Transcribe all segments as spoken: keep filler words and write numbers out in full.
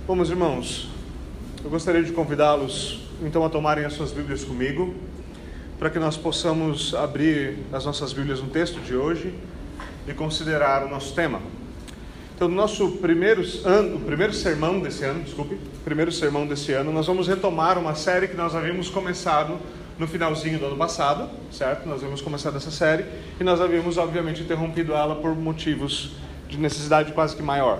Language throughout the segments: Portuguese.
Bom, meus irmãos, eu gostaria de convidá-los então a tomarem as suas Bíblias comigo, para que nós possamos abrir as nossas Bíblias no texto de hoje e considerar o nosso tema. Então, no nosso primeiro ano, o primeiro sermão desse ano, desculpe, primeiro sermão desse ano, nós vamos retomar uma série que nós havíamos começado no finalzinho do ano passado, certo? Nós havíamos começado essa série e nós havíamos, obviamente, interrompido ela por motivos de necessidade quase que maior.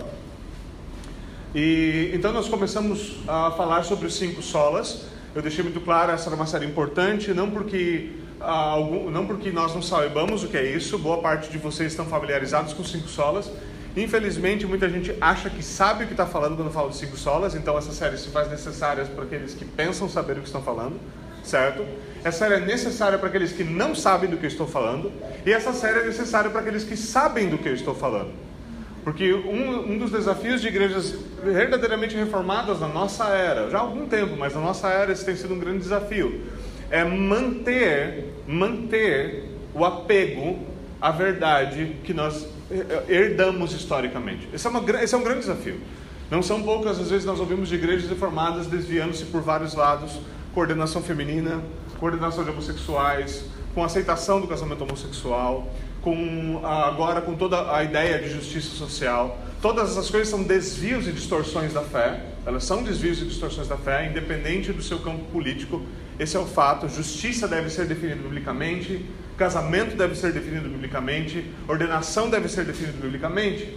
E então nós começamos a falar sobre os cinco solas. Eu deixei muito claro, essa era uma série importante, não porque, ah, algum, não porque nós não saibamos o que é isso, boa parte de vocês estão familiarizados com cinco solas. Infelizmente, muita gente acha que sabe o que está falando quando fala de cinco solas, então essa série se faz necessária para aqueles que pensam saber o que estão falando, certo? Essa série é necessária para aqueles que não sabem do que eu estou falando, e essa série é necessária para aqueles que sabem do que eu estou falando. Porque um, um dos desafios de igrejas verdadeiramente reformadas na nossa era, já há algum tempo, mas na nossa era esse tem sido um grande desafio, é manter, manter o apego à verdade que nós herdamos historicamente. Esse é, uma, esse é um grande desafio. Não são poucas as vezes nós ouvimos de igrejas reformadas desviando-se por vários lados, coordenação feminina, coordenação de homossexuais, com aceitação do casamento homossexual, com, agora com toda a ideia de justiça social. Todas essas coisas são desvios e distorções da fé. Elas são desvios e distorções da fé, independente do seu campo político. Esse é o fato. Justiça deve ser definida biblicamente, casamento deve ser definido biblicamente, ordenação deve ser definida biblicamente.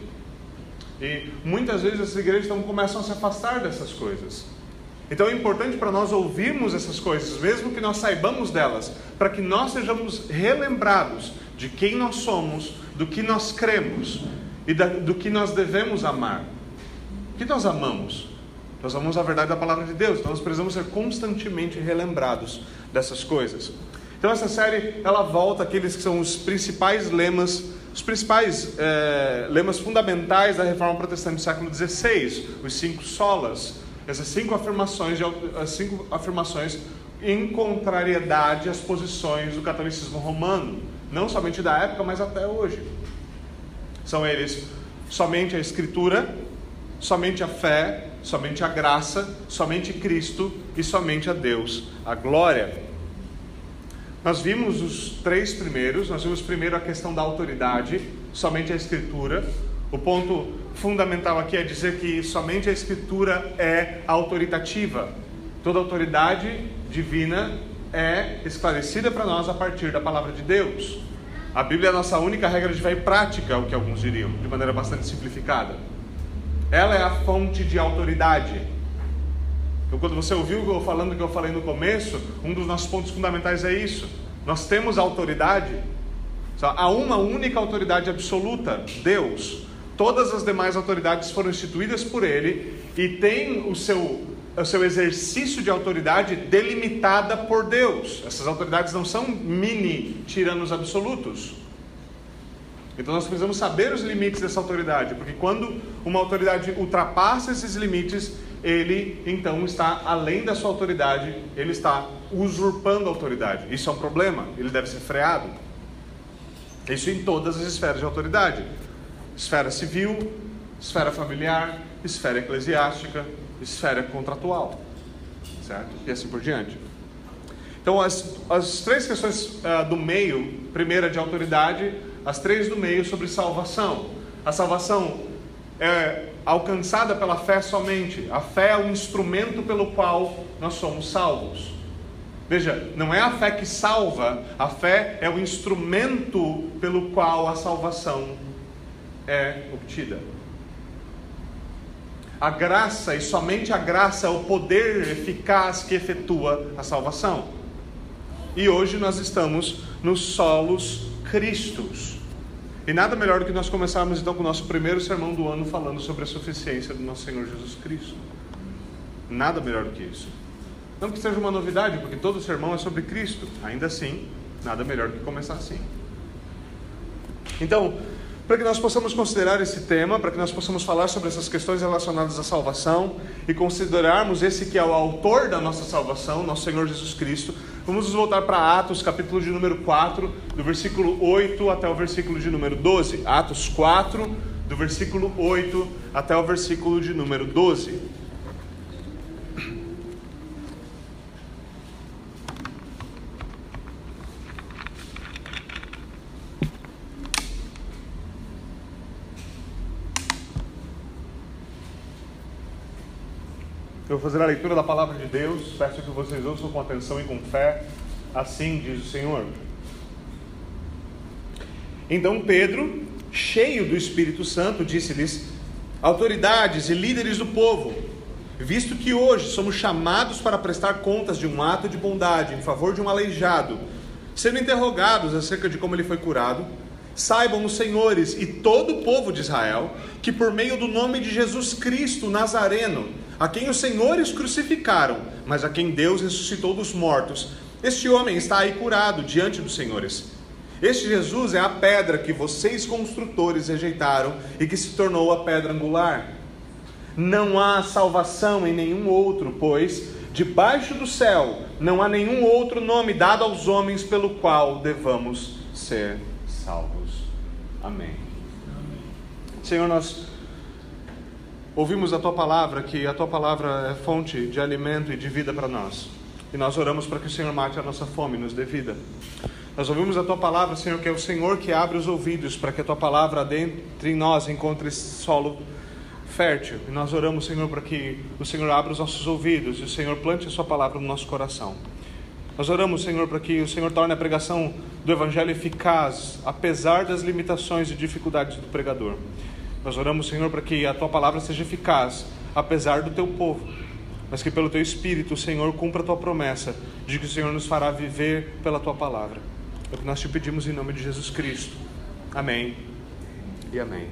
E muitas vezes essas igrejas então começam a se afastar dessas coisas. Então é importante para nós ouvirmos essas coisas, mesmo que nós saibamos delas, para que nós sejamos relembrados de quem nós somos, do que nós cremos e da, do que nós devemos amar. O que nós amamos? Nós amamos a verdade da palavra de Deus, então nós precisamos ser constantemente relembrados dessas coisas. Então essa série, ela volta àqueles que são os principais lemas, os principais é, lemas fundamentais da Reforma Protestante do século dezesseis, os cinco solas, essas cinco afirmações, as cinco afirmações em contrariedade às posições do catolicismo romano, não somente da época, mas até hoje. São eles somente a Escritura, somente a fé, somente a graça, somente Cristo e somente a Deus a glória. Nós vimos os três primeiros. Nós vimos primeiro a questão da autoridade, somente a Escritura. O ponto fundamental aqui é dizer que somente a Escritura é autoritativa. Toda autoridade divina é esclarecida para nós a partir da palavra de Deus. A Bíblia é a nossa única regra de fé e prática, o que alguns diriam, de maneira bastante simplificada. Ela é a fonte de autoridade. Então, quando você ouviu eu falando o que eu falei no começo, um dos nossos pontos fundamentais é isso. Nós temos autoridade. Há uma única autoridade absoluta, Deus. Todas as demais autoridades foram instituídas por Ele e têm o seu, o seu exercício de autoridade delimitada por Deus. Essas autoridades não são mini tiranos absolutos. Então nós precisamos saber os limites dessa autoridade, porque quando uma autoridade ultrapassa esses limites, ele então está além da sua autoridade, ele está usurpando a autoridade. Isso é um problema, ele deve ser freado. Isso em todas as esferas de autoridade. Esfera civil, esfera familiar, esfera eclesiástica, esfera contratual, certo? E assim por diante. Então as, as três questões uh, do meio, primeira de autoridade, as três do meio sobre salvação. A salvação é alcançada pela fé somente. A fé é o instrumento pelo qual nós somos salvos. Veja, não é a fé que salva, a fé é o instrumento pelo qual a salvação é obtida. A graça, e somente a graça, é o poder eficaz que efetua a salvação. E hoje nós estamos nos solos Cristos. E nada melhor do que nós começarmos então com o nosso primeiro sermão do ano falando sobre a suficiência do nosso Senhor Jesus Cristo. Nada melhor do que isso. Não que seja uma novidade, porque todo sermão é sobre Cristo. Ainda assim, nada melhor do que começar assim. Então, para que nós possamos considerar esse tema, para que nós possamos falar sobre essas questões relacionadas à salvação e considerarmos esse que é o autor da nossa salvação, nosso Senhor Jesus Cristo, vamos nos voltar para Atos, capítulo de número quatro, do versículo oito até o versículo de número doze. Atos quatro, do versículo oito até o versículo de número doze. Eu vou fazer a leitura da palavra de Deus. Peço que vocês ouçam com atenção e com fé. Assim diz o Senhor. Então Pedro, cheio do Espírito Santo, disse-lhes: autoridades e líderes do povo, visto que hoje somos chamados para prestar contas de um ato de bondade em favor de um aleijado, sendo interrogados acerca de como ele foi curado, saibam os senhores e todo o povo de Israel que por meio do nome de Jesus Cristo Nazareno, a quem os senhores crucificaram, mas a quem Deus ressuscitou dos mortos, este homem está aí curado diante dos senhores. Este Jesus é a pedra que vocês construtores rejeitaram e que se tornou a pedra angular. Não há salvação em nenhum outro, pois debaixo do céu não há nenhum outro nome dado aos homens pelo qual devamos ser salvos. Amém. Senhor, nós ouvimos a Tua palavra, que a Tua palavra é fonte de alimento e de vida para nós. E nós oramos para que o Senhor mate a nossa fome e nos dê vida. Nós ouvimos a Tua palavra, Senhor, que é o Senhor que abre os ouvidos para que a Tua palavra dentro em nós encontre esse solo fértil. E nós oramos, Senhor, para que o Senhor abra os nossos ouvidos e o Senhor plante a Sua palavra no nosso coração. Nós oramos, Senhor, para que o Senhor torne a pregação do Evangelho eficaz, apesar das limitações e dificuldades do pregador. Nós oramos, Senhor, para que a Tua palavra seja eficaz, apesar do Teu povo, mas que pelo Teu Espírito o Senhor cumpra a Tua promessa de que o Senhor nos fará viver pela Tua palavra. É o que nós te pedimos em nome de Jesus Cristo. Amém e amém.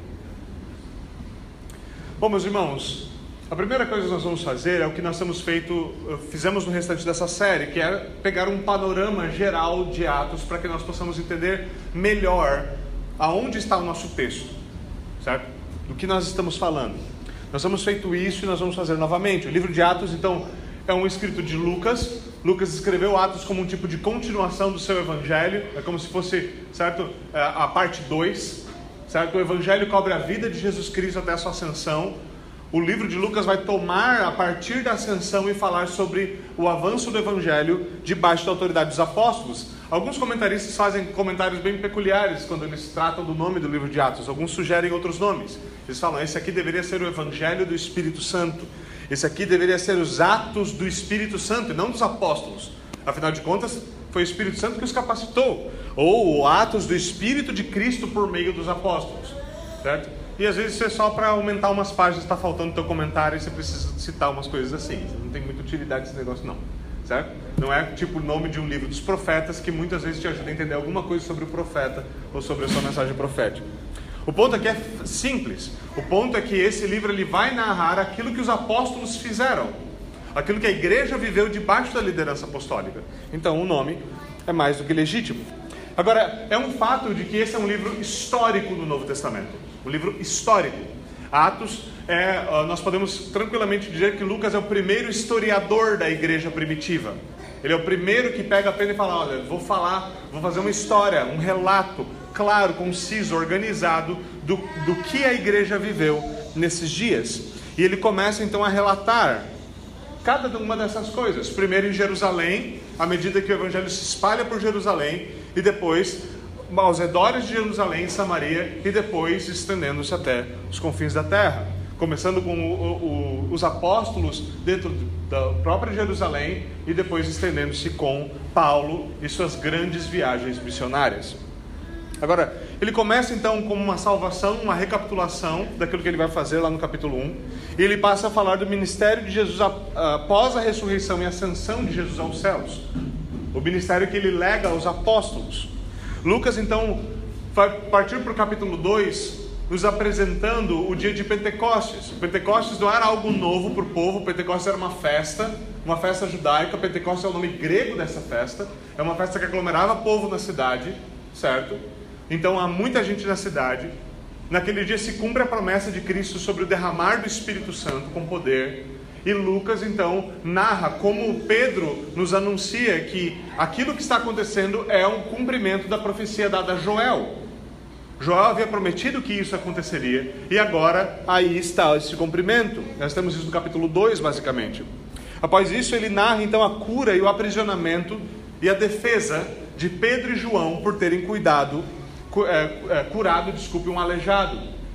Bom, meus irmãos, a primeira coisa que nós vamos fazer é o que nós temos feito, fizemos no restante dessa série, que é pegar um panorama geral de Atos para que nós possamos entender melhor aonde está o nosso texto, certo? Do que nós estamos falando. Nós temos feito isso e nós vamos fazer novamente. O livro de Atos, então, é um escrito de Lucas. Lucas escreveu Atos como um tipo de continuação do seu evangelho. É como se fosse, certo, a parte dois, certo? O evangelho cobre a vida de Jesus Cristo até a sua ascensão. O livro de Lucas vai tomar a partir da ascensão e falar sobre o avanço do evangelho debaixo da autoridade dos apóstolos. Alguns comentaristas fazem comentários bem peculiares quando eles tratam do nome do livro de Atos. Alguns sugerem outros nomes. Eles falam, esse aqui deveria ser o Evangelho do Espírito Santo. Esse aqui deveria ser os Atos do Espírito Santo e não dos apóstolos. Afinal de contas, foi o Espírito Santo que os capacitou. Ou o Atos do Espírito de Cristo por meio dos apóstolos. Certo? E às vezes isso é só para aumentar umas páginas, está faltando o teu comentário e você precisa citar umas coisas assim. Não tem muita utilidade esse negócio não. Certo? Não é tipo o nome de um livro dos profetas que muitas vezes te ajuda a entender alguma coisa sobre o profeta ou sobre a sua mensagem profética. O ponto aqui é simples. O ponto é que esse livro ele vai narrar aquilo que os apóstolos fizeram, aquilo que a igreja viveu debaixo da liderança apostólica. Então o nome é mais do que legítimo. Agora, é um fato de que esse é um livro histórico do Novo Testamento. Um livro histórico. Atos, é, nós podemos tranquilamente dizer que Lucas é o primeiro historiador da igreja primitiva. Ele é o primeiro que pega a pena e fala, olha, vou falar, vou fazer uma história, um relato claro, conciso, organizado do, do que a igreja viveu nesses dias. E ele começa então a relatar cada uma dessas coisas. Primeiro em Jerusalém, à medida que o evangelho se espalha por Jerusalém, e depois aos redores de Jerusalém, Samaria, e depois estendendo-se até os confins da terra, começando com o, o, os apóstolos dentro da própria Jerusalém e depois estendendo-se com Paulo e suas grandes viagens missionárias. Agora, ele começa então com uma salvação, uma recapitulação daquilo que ele vai fazer lá no capítulo um, e ele passa a falar do ministério de Jesus após a ressurreição e ascensão de Jesus aos céus, o ministério que ele lega aos apóstolos. Lucas então vai partir para o capítulo dois, nos apresentando o dia de Pentecostes. Pentecostes não era algo novo para o povo. Pentecostes era uma festa, uma festa judaica. Pentecostes é o nome grego dessa festa. É uma festa que aglomerava povo na cidade, certo? Então há muita gente na cidade. Naquele dia se cumpre a promessa de Cristo sobre o derramar do Espírito Santo com poder. E Lucas então narra como Pedro nos anuncia que aquilo que está acontecendo é um cumprimento da profecia dada a Joel. Joel havia prometido que isso aconteceria, e agora aí está esse cumprimento. Nós temos isso no capítulo dois, basicamente. Após isso, ele narra então a cura e o aprisionamento e a defesa de Pedro e João por terem cuidado, curado, desculpe, um aleijado.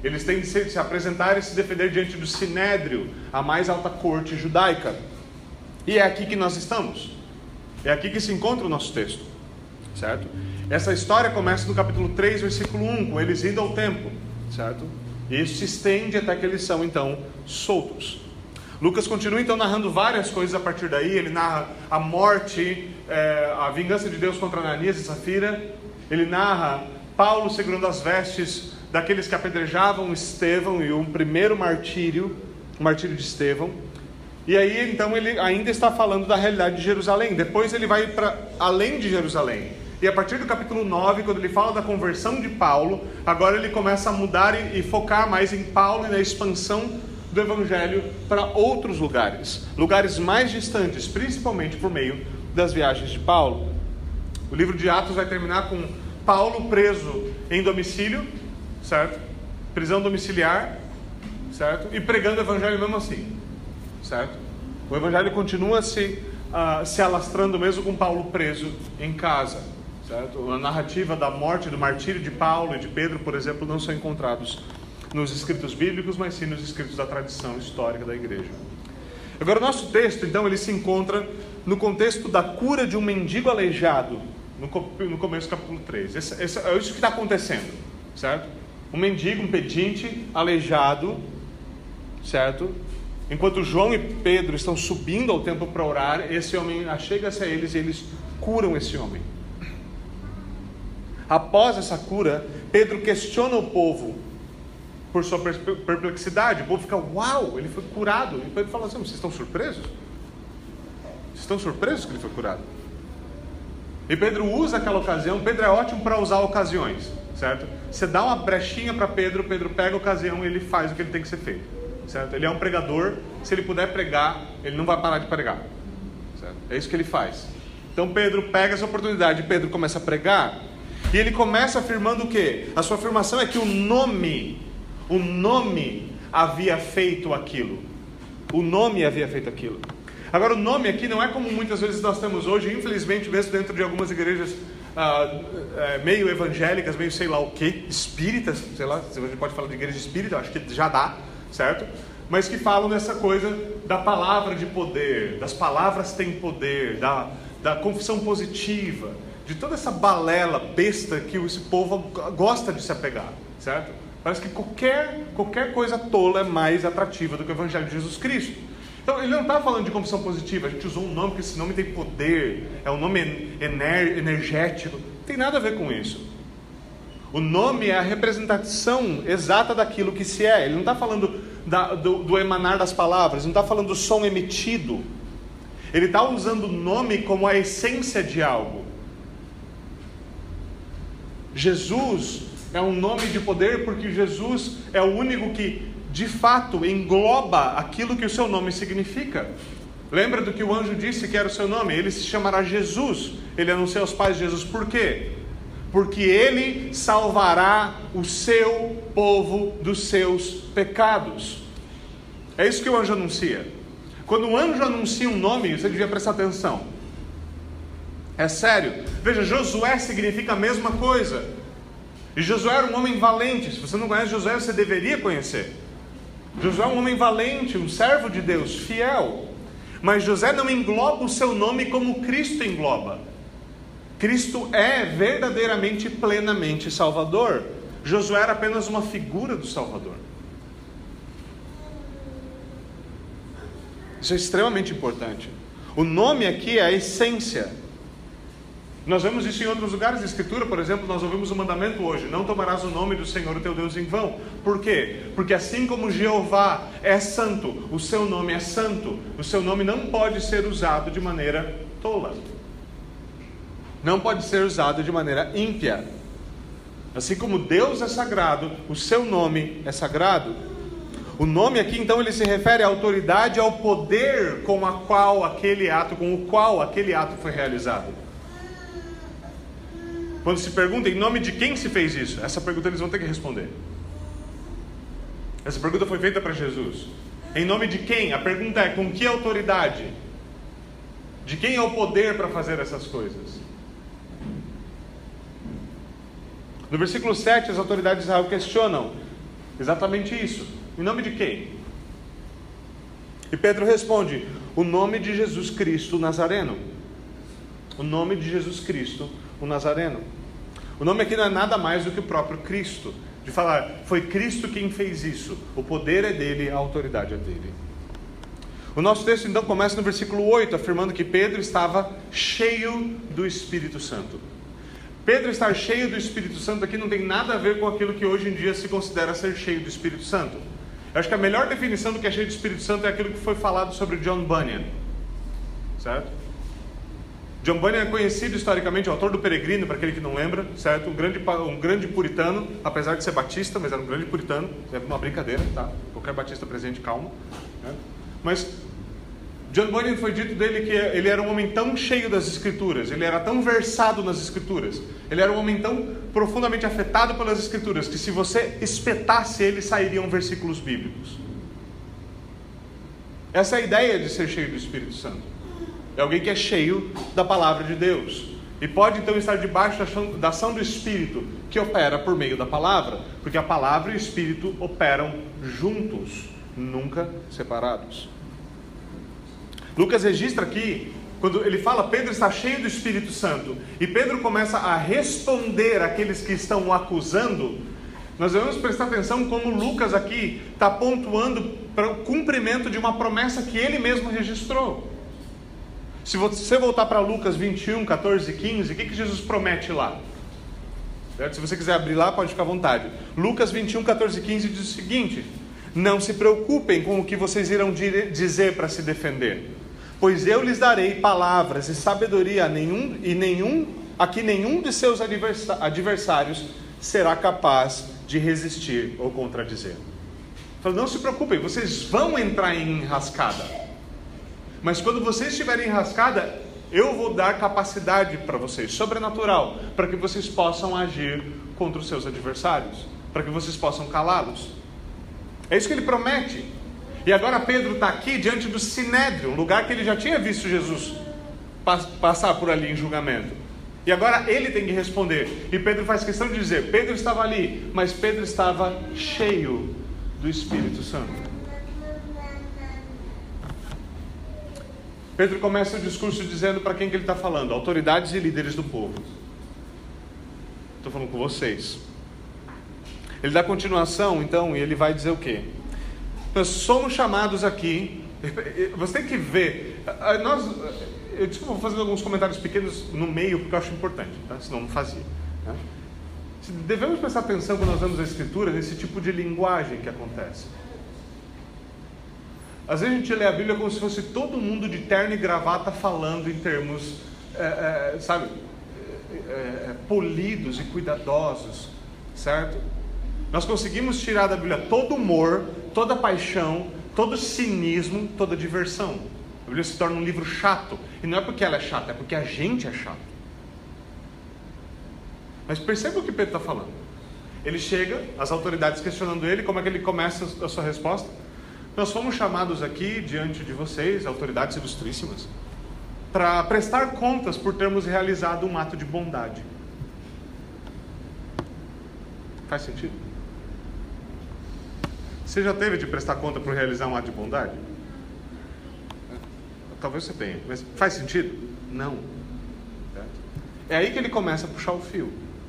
Eles têm de se, se apresentar e se defender diante do Sinédrio, a mais alta corte judaica. E é aqui que nós estamos. É aqui que se encontra o nosso texto, certo? Essa história começa no capítulo três, versículo um, com eles indo ao templo, certo? E isso se estende até que eles são, então, soltos. Lucas continua, então, narrando várias coisas a partir daí. Ele narra a morte, é, a vingança de Deus contra Ananias e Safira. Ele narra Paulo segurando as vestes daqueles que apedrejavam Estevão e o primeiro martírio, o martírio de Estevão. E aí, então, ele ainda está falando da realidade de Jerusalém. Depois ele vai para além de Jerusalém. E a partir do capítulo nove, quando ele fala da conversão de Paulo, agora ele começa a mudar e, e focar mais em Paulo e na expansão do Evangelho para outros lugares. Lugares mais distantes, principalmente por meio das viagens de Paulo. O livro de Atos vai terminar com Paulo preso em domicílio, certo? Prisão domiciliar, certo? E pregando o Evangelho mesmo assim, certo? O Evangelho continua se, uh, se alastrando mesmo com Paulo preso em casa, certo? A narrativa da morte, do martírio de Paulo e de Pedro, por exemplo, não são encontrados nos escritos bíblicos, mas sim nos escritos da tradição histórica da igreja. Agora, o nosso texto, então, ele se encontra no contexto da cura de um mendigo aleijado, no, no começo do capítulo três. Esse, esse, é isso que está acontecendo, certo? Um mendigo, um pedinte, aleijado, certo? Enquanto João e Pedro estão subindo ao templo para orar, esse homem achega-se a eles e eles curam esse homem. Após essa cura, Pedro questiona o povo por sua perplexidade. O povo fica, uau, ele foi curado. E Pedro fala assim, vocês estão surpresos? Vocês estão surpresos que ele foi curado? E Pedro usa aquela ocasião. Pedro é ótimo para usar ocasiões, certo? Você dá uma brechinha para Pedro, Pedro pega a ocasião e ele faz o que ele tem que ser feito, certo? Ele é um pregador, se ele puder pregar, ele não vai parar de pregar, certo? É isso que ele faz. Então Pedro pega essa oportunidade, Pedro começa a pregar, e ele começa afirmando o quê? A sua afirmação é que o nome, o nome havia feito aquilo. O nome havia feito aquilo. Agora, o nome aqui não é como muitas vezes nós temos hoje, infelizmente, mesmo dentro de algumas igrejas ah, é, meio evangélicas, meio sei lá o que, espíritas, sei lá, se a gente pode falar de igreja espírita, acho que já dá, certo? Mas que falam dessa coisa da palavra de poder, das palavras têm poder, da, da confissão positiva, de toda essa balela besta que esse povo gosta de se apegar, certo? Parece que qualquer, qualquer coisa tola é mais atrativa do que o Evangelho de Jesus Cristo. Então, ele não está falando de confissão positiva, a gente usou um nome porque esse nome tem poder, é um nome ener, energético, não tem nada a ver com isso. O nome é a representação exata daquilo que se é. Ele não está falando da, do, do emanar das palavras, não está falando do som emitido. Ele está usando o nome como a essência de algo. Jesus é um nome de poder porque Jesus é o único que, de fato, engloba aquilo que o seu nome significa. Lembra do que o anjo disse que era o seu nome? Ele se chamará Jesus. Ele anunciou aos pais de Jesus. Por quê? Porque ele salvará o seu povo dos seus pecados. É isso que o anjo anuncia. Quando o anjo anuncia um nome, você devia prestar atenção. É sério. Veja, Josué significa a mesma coisa. E Josué era um homem valente. Se você não conhece Josué, você deveria conhecer. Josué é um homem valente, um servo de Deus, fiel. Mas José não engloba o seu nome como Cristo engloba. Cristo é verdadeiramente, plenamente Salvador. Josué era apenas uma figura do Salvador. Isso é extremamente importante. O nome aqui é a essência. Nós vemos isso em outros lugares da Escritura. Por exemplo, nós ouvimos o mandamento hoje: não tomarás o nome do Senhor, o teu Deus, em vão. Por quê? Porque assim como Jeová é santo, o seu nome é santo. O seu nome não pode ser usado de maneira tola. Não pode ser usado de maneira ímpia. Assim como Deus é sagrado, o seu nome é sagrado. O nome aqui, então, ele se refere à autoridade, ao poder com a qual aquele ato, com o qual aquele ato foi realizado. Quando se pergunta em nome de quem se fez isso, essa pergunta eles vão ter que responder. Essa pergunta foi feita para Jesus. Em nome de quem? A pergunta é: com que autoridade? De quem é o poder para fazer essas coisas? No versículo sete, as autoridades de Israel questionam: Exatamente isso. Em nome de quem? E Pedro responde: o nome de Jesus Cristo, o Nazareno. O nome de Jesus Cristo, o Nazareno. O nome aqui não é nada mais do que o próprio Cristo. De falar, foi Cristo quem fez isso. O poder é dele, a autoridade é dele. O nosso texto então começa no versículo oito, afirmando que Pedro estava cheio do Espírito Santo. Pedro estar cheio do Espírito Santo aqui não tem nada a ver com aquilo que hoje em dia se considera ser cheio do Espírito Santo. Eu acho que a melhor definição do que é cheio do Espírito Santo é aquilo que foi falado sobre John Bunyan. Certo? John Bunyan é conhecido historicamente, autor do Peregrino, para aquele que não lembra, certo? Um grande, um grande puritano, apesar de ser batista, mas era um grande puritano. É uma brincadeira, tá? Qualquer batista presente, calma. Né? Mas John Bunyan, foi dito dele que ele era um homem tão cheio das Escrituras, ele era tão versado nas Escrituras, ele era um homem tão profundamente afetado pelas Escrituras, que se você espetasse ele, sairiam versículos bíblicos. Essa é a ideia de ser cheio do Espírito Santo. É alguém que é cheio da palavra de Deus. E pode então estar debaixo da ação do Espírito, que opera por meio da palavra. Porque a palavra e o Espírito operam juntos, nunca separados. Lucas registra aqui, quando ele fala, Pedro está cheio do Espírito Santo. E Pedro começa a responder àqueles que estão o acusando. Nós devemos prestar atenção como Lucas aqui está pontuando para o cumprimento de uma promessa que ele mesmo registrou. Se você voltar para Lucas vinte e um, catorze e quinze, o que, que Jesus promete lá? Certo? Se você quiser abrir lá, pode ficar à vontade. Lucas vinte e um, catorze e quinze diz o seguinte: não se preocupem com o que vocês irão dizer para se defender, pois eu lhes darei palavras e sabedoria a, nenhum, e nenhum, a que nenhum de seus adversários será capaz de resistir ou contradizer. Fala, não se preocupem, vocês vão entrar em enrascada. Mas quando vocês estiverem em enrascada, eu vou dar capacidade para vocês, sobrenatural, para que vocês possam agir contra os seus adversários, para que vocês possam calá-los. É isso que ele promete. E agora Pedro está aqui diante do Sinédrio, um lugar que ele já tinha visto Jesus passar por ali em julgamento. E agora ele tem que responder. E Pedro faz questão de dizer, Pedro estava ali, mas Pedro estava cheio do Espírito Santo. Pedro começa o discurso dizendo para quem que ele está falando: autoridades e líderes do povo. Estou falando com vocês. Ele dá continuação, então, e ele vai dizer o quê? Nós somos chamados aqui, você tem que ver, nós, eu desculpa, vou fazer alguns comentários pequenos no meio, porque eu acho importante, tá? Senão não fazia. Né? Devemos prestar atenção quando nós vemos a Escritura, nesse tipo de linguagem que acontece. Às vezes a gente lê a Bíblia como se fosse todo mundo de terno e gravata falando em termos, é, é, sabe, é, é, polidos e cuidadosos, certo? Nós conseguimos tirar da Bíblia todo humor, toda paixão, todo cinismo, toda diversão. A Bíblia se torna um livro chato, e não é porque ela é chata, é porque a gente é chato. Mas perceba o que Pedro está falando. Ele chega, as autoridades questionando ele, como é que ele começa a sua resposta? Nós fomos chamados aqui, diante de vocês, autoridades ilustríssimas, para prestar contas por termos realizado um ato de bondade. Faz sentido? Você já teve de prestar conta por realizar um ato de bondade? Talvez você tenha, mas faz sentido? Não. É aí que ele começa a puxar o fio.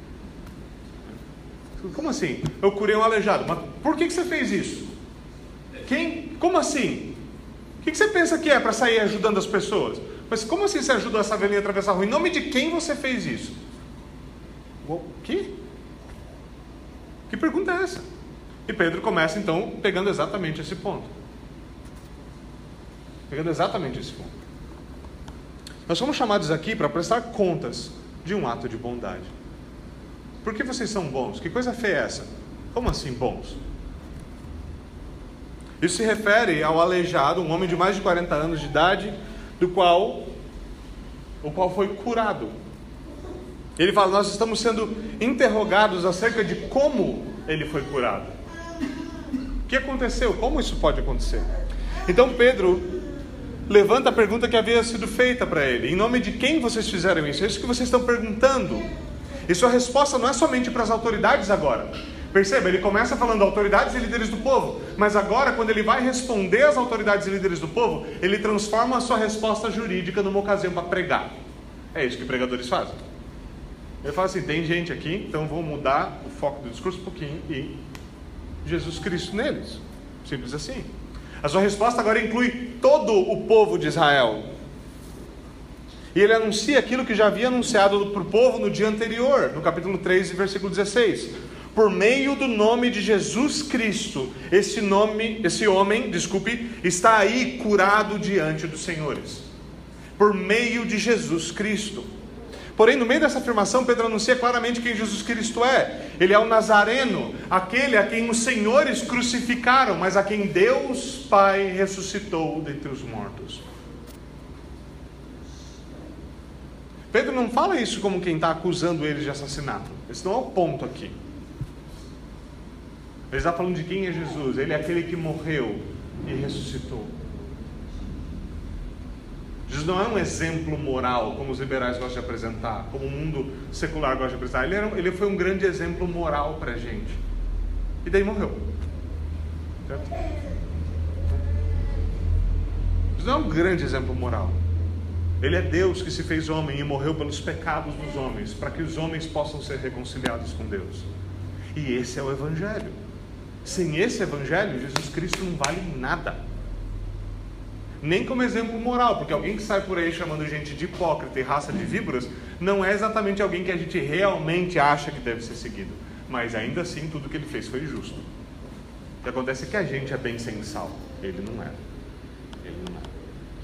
Como assim? Eu curei um aleijado, mas por que, que você fez isso? Quem? Como assim? O que, que você pensa que é para sair ajudando as pessoas? Mas como assim você ajudou essa velhinha a atravessar a rua? Em nome de quem você fez isso? O quê? Que pergunta é essa? E Pedro começa então pegando exatamente esse ponto. Pegando exatamente esse ponto. Nós somos chamados aqui para prestar contas de um ato de bondade. Por que vocês são bons? Que coisa feia é essa? Como assim bons? Isso se refere ao aleijado, um homem de mais de quarenta anos de idade, do qual, o qual foi curado. Ele fala, nós estamos sendo interrogados acerca de como ele foi curado. O que aconteceu? Como isso pode acontecer? Então Pedro levanta a pergunta que havia sido feita para ele. Em nome de quem vocês fizeram isso? É isso que vocês estão perguntando. E sua resposta não é somente para as autoridades agora. Perceba, ele começa falando autoridades e líderes do povo, mas agora, quando ele vai responder às autoridades e líderes do povo, ele transforma a sua resposta jurídica numa ocasião para pregar. É isso que pregadores fazem. Ele fala assim, tem gente aqui, então vou mudar o foco do discurso um pouquinho e Jesus Cristo neles. Simples assim. A sua resposta agora inclui todo o povo de Israel. E ele anuncia aquilo que já havia anunciado para o povo no dia anterior, no capítulo três, versículo dezesseis. Por meio do nome de Jesus Cristo, esse nome, esse homem, desculpe, está aí curado diante dos senhores. Por meio de Jesus Cristo. Porém, no meio dessa afirmação, Pedro anuncia claramente quem Jesus Cristo é. Ele é o Nazareno, aquele a quem os senhores crucificaram, mas a quem Deus Pai ressuscitou dentre os mortos. Pedro não fala isso como quem está acusando eles de assassinato. Esse não é o ponto aqui. Ele está falando de quem é Jesus. Ele é aquele que morreu e ressuscitou. Jesus não é um exemplo moral, como os liberais gostam de apresentar, como o mundo secular gosta de apresentar. Ele, era, ele foi um grande exemplo moral para a gente. E daí morreu. Certo? Jesus não é um grande exemplo moral. Ele é Deus que se fez homem e morreu pelos pecados dos homens, para que os homens possam ser reconciliados com Deus. E esse é o Evangelho. Sem esse Evangelho, Jesus Cristo não vale nada. Nem como exemplo moral, porque alguém que sai por aí chamando gente de hipócrita e raça de víboras, não é exatamente alguém que a gente realmente acha que deve ser seguido. Mas ainda assim, tudo que ele fez foi justo. O que acontece é que a gente é bem sem sal. Ele não era. Ele não era.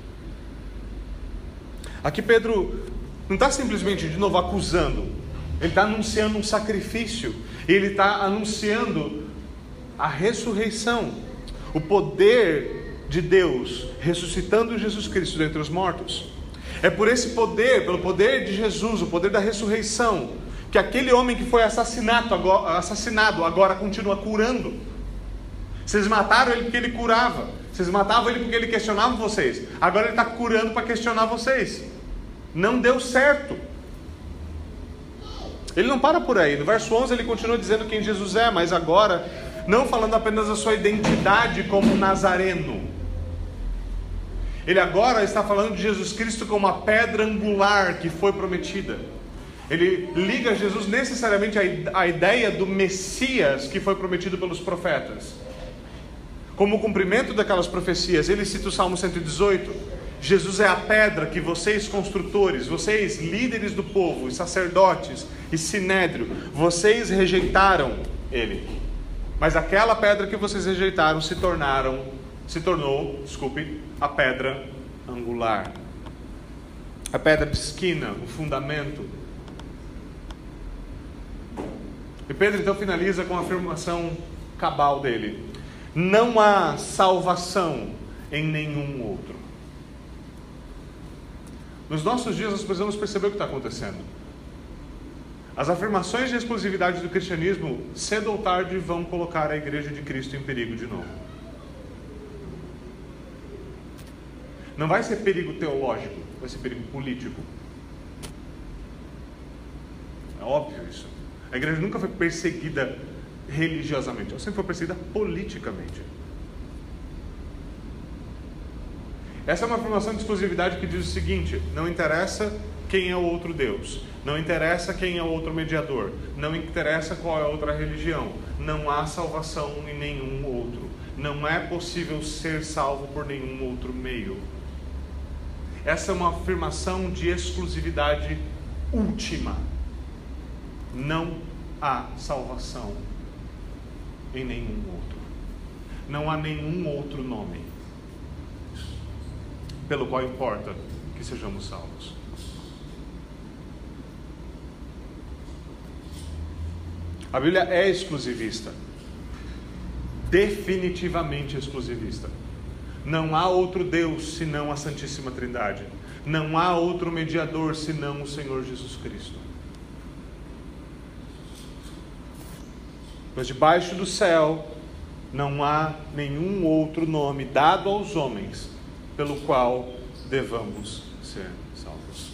Aqui Pedro não está simplesmente de novo acusando. Ele está anunciando um sacrifício. Ele está anunciando a ressurreição. O poder de Deus ressuscitando Jesus Cristo dentre os mortos. É por esse poder, pelo poder de Jesus, o poder da ressurreição, que aquele homem que foi assassinado agora, assassinado agora continua curando. Vocês mataram ele porque ele curava. Vocês matavam ele porque ele questionava vocês. Agora ele está curando para questionar vocês. Não deu certo. Ele não para por aí. No verso onze ele continua dizendo quem Jesus é, mas agora não falando apenas da sua identidade como nazareno. Ele agora está falando de Jesus Cristo como a pedra angular que foi prometida. Ele liga Jesus necessariamente à ideia do Messias que foi prometido pelos profetas. Como o cumprimento daquelas profecias, ele cita o Salmo cento e dezoito. Jesus é a pedra que vocês construtores, vocês líderes do povo, e sacerdotes e sinédrio, vocês rejeitaram ele. Mas aquela pedra que vocês rejeitaram se tornaram, se tornou, desculpe, a pedra angular. A pedra de esquina, o fundamento. E Pedro então finaliza com a afirmação cabal dele: não há salvação em nenhum outro. Nos nossos dias nós precisamos perceber o que está acontecendo. As afirmações de exclusividade do cristianismo, cedo ou tarde, vão colocar a igreja de Cristo em perigo de novo. Não vai ser perigo teológico, vai ser perigo político. É óbvio isso. A igreja nunca foi perseguida religiosamente, ela sempre foi perseguida politicamente. Essa é uma afirmação de exclusividade que diz o seguinte: não interessa quem é o outro Deus, não interessa quem é o outro mediador, não interessa qual é a outra religião, não há salvação em nenhum outro, não é possível ser salvo por nenhum outro meio. Essa é uma afirmação de exclusividade última. Não há salvação em nenhum outro, não há nenhum outro nome pelo qual importa que sejamos salvos. A Bíblia é exclusivista, definitivamente exclusivista. Não há outro Deus senão a Santíssima Trindade. Não há outro mediador senão o Senhor Jesus Cristo. Mas debaixo do céu não há nenhum outro nome dado aos homens pelo qual devamos ser salvos.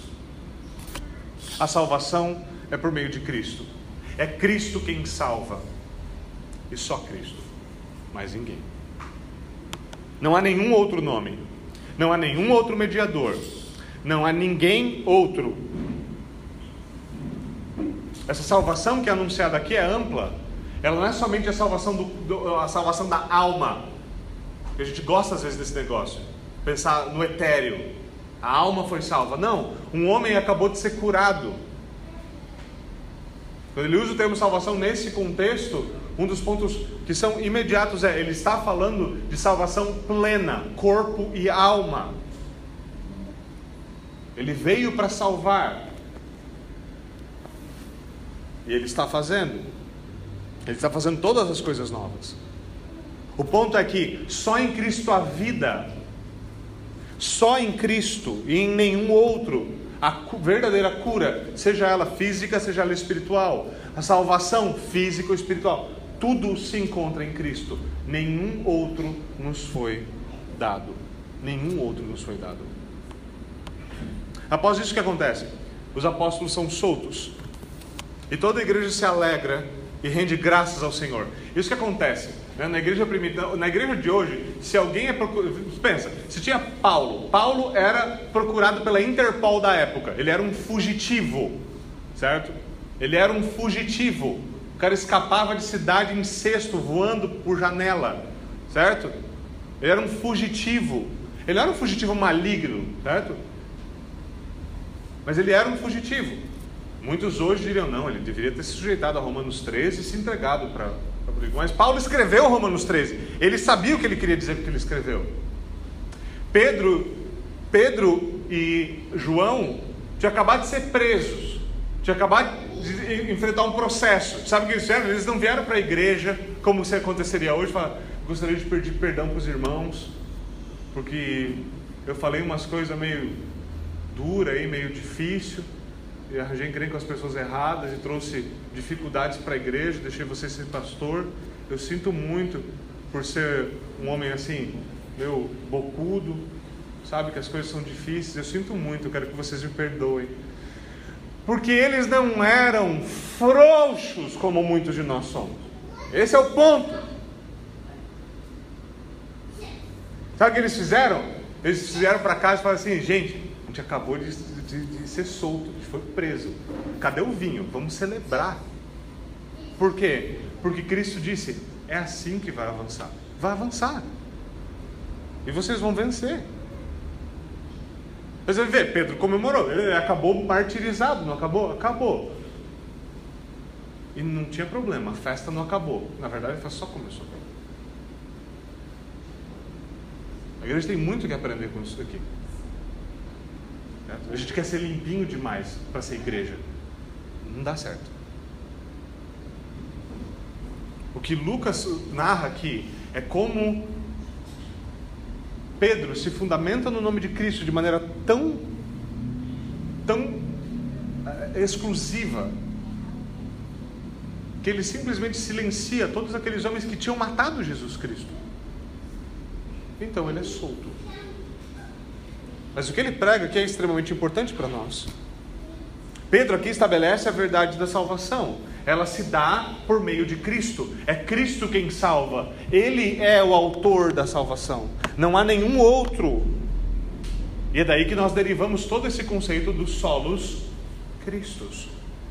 A salvação é por meio de Cristo. É Cristo quem salva. e só Cristo, mais ninguém. Não há nenhum outro nome, não há nenhum outro mediador, não há ninguém outro. Essa salvação que é anunciada aqui é ampla. Ela não é somente a salvação, do, do, a salvação da alma. A gente gosta às vezes desse negócio, pensar no etéreo. A alma foi salva. Não, um homem acabou de ser curado. Quando ele usa o termo salvação nesse contexto, um dos pontos que são imediatos é, ele está falando de salvação plena, corpo e alma. Ele veio para salvar. E ele está fazendo. Ele está fazendo todas as coisas novas. O ponto é que só em Cristo há vida. Só em Cristo e em nenhum outro a verdadeira cura, seja ela física, seja ela espiritual, a salvação física ou espiritual, tudo se encontra em Cristo. Nenhum outro nos foi dado. Nenhum outro nos foi dado. Após isso, o que acontece? Os apóstolos são soltos e toda a igreja se alegra e rende graças ao Senhor. Isso que acontece, né? Na igreja primitiva, na igreja de hoje, se alguém é procurado, pensa, se tinha Paulo, Paulo era procurado pela Interpol da época, ele era um fugitivo, certo? Ele era um fugitivo, o cara escapava de cidade em cesto, voando por janela, certo? Ele era um fugitivo, ele era um fugitivo maligno, certo? Mas ele era um fugitivo. Muitos hoje diriam, não, ele deveria ter se sujeitado a Romanos treze e se entregado para o perigo. Mas Paulo escreveu Romanos treze. Ele sabia o que ele queria dizer porque ele escreveu. Pedro, Pedro e João tinham acabado de ser presos. Tinham acabado de enfrentar um processo. Sabe o que eles fizeram? Eles não vieram para a igreja, como se aconteceria hoje, falar, gostaria de pedir perdão para os irmãos, porque eu falei umas coisas meio duras, meio difícil. E arranjei encrenca com as pessoas erradas e trouxe dificuldades para a igreja, deixei você ser pastor. Eu sinto muito por ser um homem assim, meio bocudo, sabe que as coisas são difíceis. Eu sinto muito, eu quero que vocês me perdoem. Porque eles não eram frouxos como muitos de nós somos. Esse é o ponto. Sabe o que eles fizeram? Eles fizeram para casa e falaram assim, gente, a gente acabou de, de, de ser solto, a gente foi preso. Cadê o vinho? Vamos celebrar. Por quê? Porque Cristo disse, é assim que vai avançar. Vai avançar. E vocês vão vencer. Você vai ver, Pedro comemorou, ele acabou martirizado, não acabou? Acabou. E não tinha problema, a festa não acabou. Na verdade, a festa só começou. A igreja tem muito que aprender com isso daqui. A gente quer ser limpinho demais para ser igreja. Não dá certo. O que Lucas narra aqui é como Pedro se fundamenta no nome de Cristo de maneira tão, tão exclusiva, que ele simplesmente silencia todos aqueles homens que tinham matado Jesus Cristo. Então ele é solto. Mas o que ele prega aqui é extremamente importante para nós. Pedro aqui estabelece a verdade da salvação. Ela se dá por meio de Cristo. É Cristo quem salva. Ele é o autor da salvação. Não há nenhum outro. E é daí que nós derivamos todo esse conceito dos solos Cristos.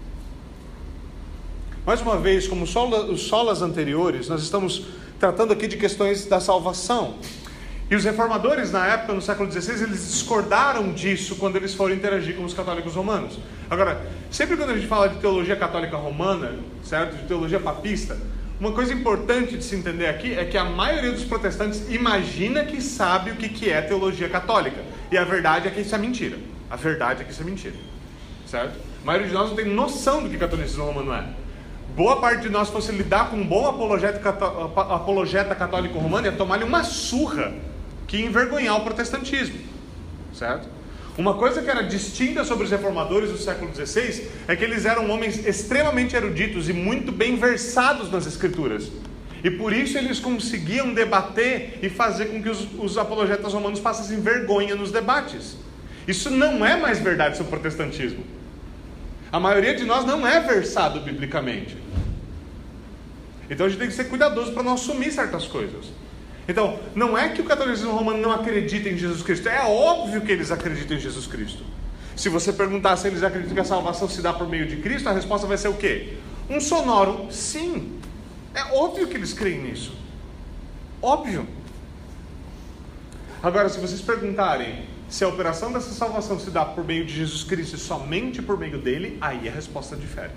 Mais uma vez, como os solas anteriores, nós estamos tratando aqui de questões da salvação. E os reformadores, na época, no século dezesseis, eles discordaram disso quando eles foram interagir com os católicos romanos. Agora, sempre quando a gente fala de teologia católica romana, certo? De teologia papista, uma coisa importante de se entender aqui é que a maioria dos protestantes imagina que sabe o que é teologia católica. E a verdade é que isso é mentira. A verdade é que isso é mentira. Certo? A maioria de nós não tem noção do que catolicismo romano é. Boa parte de nós fosse lidar com um bom apologeta, apologeta católico romano, ia tomar-lhe uma surra que ia envergonhar o protestantismo, certo? Uma coisa que era distinta sobre os reformadores do século dezesseis é que eles eram homens extremamente eruditos e muito bem versados nas escrituras, e por isso eles conseguiam debater e fazer com que os, os apologetas romanos passassem vergonha nos debates. Isso não é mais verdade sobre o protestantismo. A maioria de nós não é versado biblicamente. Então a gente tem que ser cuidadoso para não assumir certas coisas. Então, não é que o catolicismo romano não acredita em Jesus Cristo, é óbvio que eles acreditam em Jesus Cristo. Se você perguntar se eles acreditam que a salvação se dá por meio de Cristo, a resposta vai ser o quê? Um sonoro sim. É óbvio que eles creem nisso. Óbvio. Agora, se vocês perguntarem se a operação dessa salvação se dá por meio de Jesus Cristo e somente por meio dele, aí a resposta difere.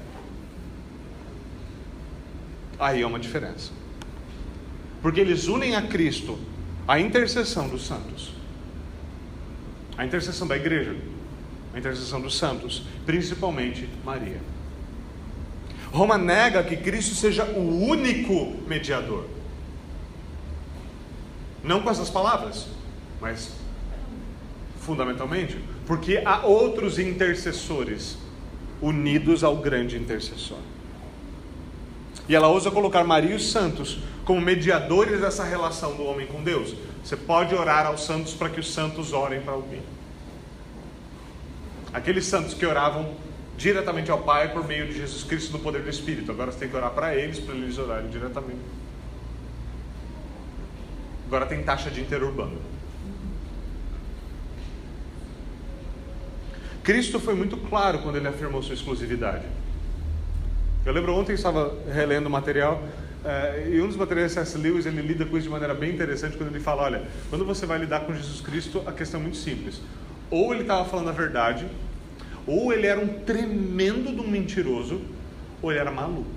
Aí é uma diferença. Porque eles unem a Cristo a intercessão dos santos, a intercessão da igreja, a intercessão dos santos, principalmente Maria. Roma nega que Cristo seja o único mediador. Não com essas palavras, mas fundamentalmente, porque há outros intercessores unidos ao grande intercessor. E ela ousa colocar Maria e os santos como mediadores dessa relação do homem com Deus. Você pode orar aos santos para que os santos orem para alguém. Aqueles santos que oravam diretamente ao Pai por meio de Jesus Cristo no poder do Espírito. Agora você tem que orar para eles, para eles orarem diretamente. Agora tem taxa de interurbano. Cristo foi muito claro quando ele afirmou sua exclusividade. Eu lembro ontem eu estava relendo o material, uh, e um dos materiais C S Lewis, ele lida com isso de maneira bem interessante, quando ele fala, olha, quando você vai lidar com Jesus Cristo, a questão é muito simples. Ou ele estava falando a verdade, ou ele era um tremendo de um mentiroso, ou ele era maluco.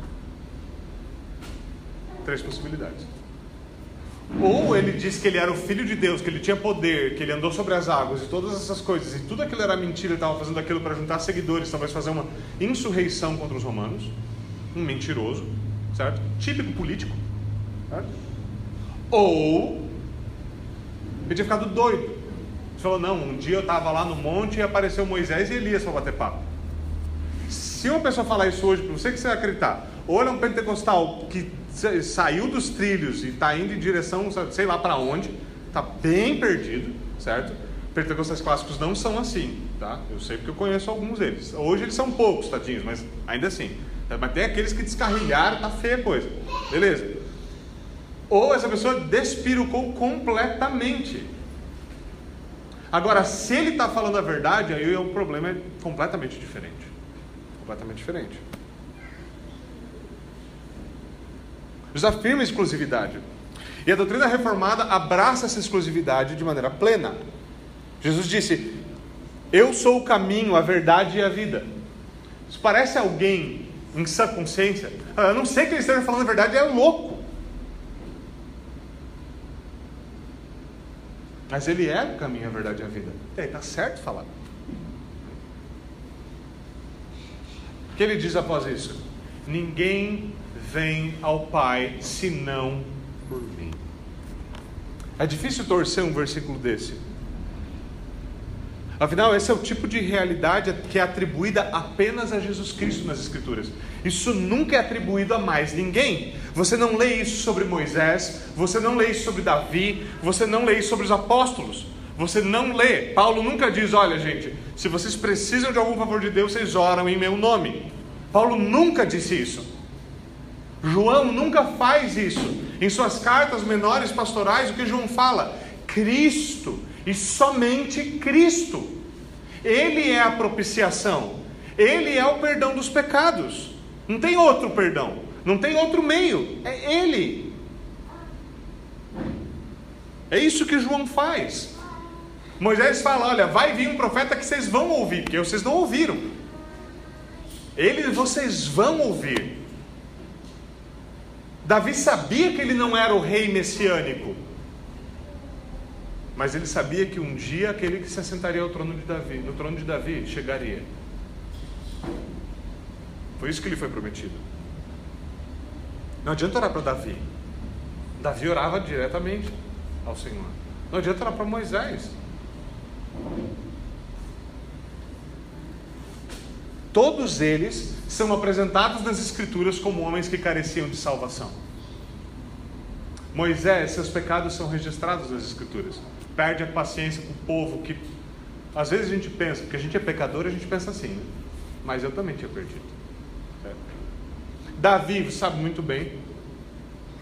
Três possibilidades. Ou ele disse que ele era o Filho de Deus, que ele tinha poder, que ele andou sobre as águas e todas essas coisas, e tudo aquilo era mentira, ele estava fazendo aquilo para juntar seguidores, talvez fazer uma insurreição contra os romanos. Um mentiroso, certo? Típico político, certo? Ou ele tinha ficado doido. Ele falou, não, um dia eu estava lá no monte e apareceu Moisés e Elias para bater papo. Se uma pessoa falar isso hoje para você, o que você vai acreditar? Ou ele é um pentecostal que saiu dos trilhos e está indo em direção, sei lá para onde, está bem perdido, certo? Pentecostais clássicos não são assim, tá? Eu sei porque eu conheço alguns deles. Hoje eles são poucos, tadinhos, mas ainda assim. Mas tem aqueles que descarrilharam, tá feia a coisa. Beleza. Ou essa pessoa despirucou completamente. Agora, se ele está falando a verdade, aí o problema é completamente diferente. Completamente diferente. Jesus afirma exclusividade. E a doutrina reformada abraça essa exclusividade de maneira plena. Jesus disse, eu sou o caminho, a verdade e a vida. Isso parece alguém em sã consciência. Eu não sei que ele esteja falando a verdade, é louco. Mas ele é o caminho, a verdade e a vida. E aí, está certo falar. O que ele diz após isso? Ninguém vem ao Pai senão por mim. É difícil torcer um versículo desse. Afinal, esse é o tipo de realidade que é atribuída apenas a Jesus Cristo nas Escrituras. Isso nunca é atribuído a mais ninguém. Você não lê isso sobre Moisés, você não lê isso sobre Davi, você não lê isso sobre os apóstolos. Você não lê. Paulo nunca diz, olha gente, se vocês precisam de algum favor de Deus, vocês oram em meu nome. Paulo nunca disse isso. João nunca faz isso. Em suas cartas menores pastorais, o que João fala? Cristo, e somente Cristo. Ele é a propiciação. Ele é o perdão dos pecados. Não tem outro perdão. Não tem outro meio. É Ele. É isso que João faz. Moisés fala, olha, vai vir um profeta que vocês vão ouvir, porque vocês não ouviram. Ele, vocês vão ouvir. Davi sabia que ele não era o rei messiânico, mas ele sabia que um dia aquele que se assentaria ao trono de Davi, no trono de Davi chegaria. Foi isso que lhe foi prometido. Não adianta orar para Davi. Davi orava diretamente ao Senhor. Não adianta orar para Moisés. Todos eles são apresentados nas Escrituras como homens que careciam de salvação. Moisés, seus pecados são registrados nas Escrituras. Perde a paciência com o povo que... Às vezes a gente pensa, porque a gente é pecador, a gente pensa assim, né? Mas eu também tinha perdido. É. Davi, você sabe muito bem,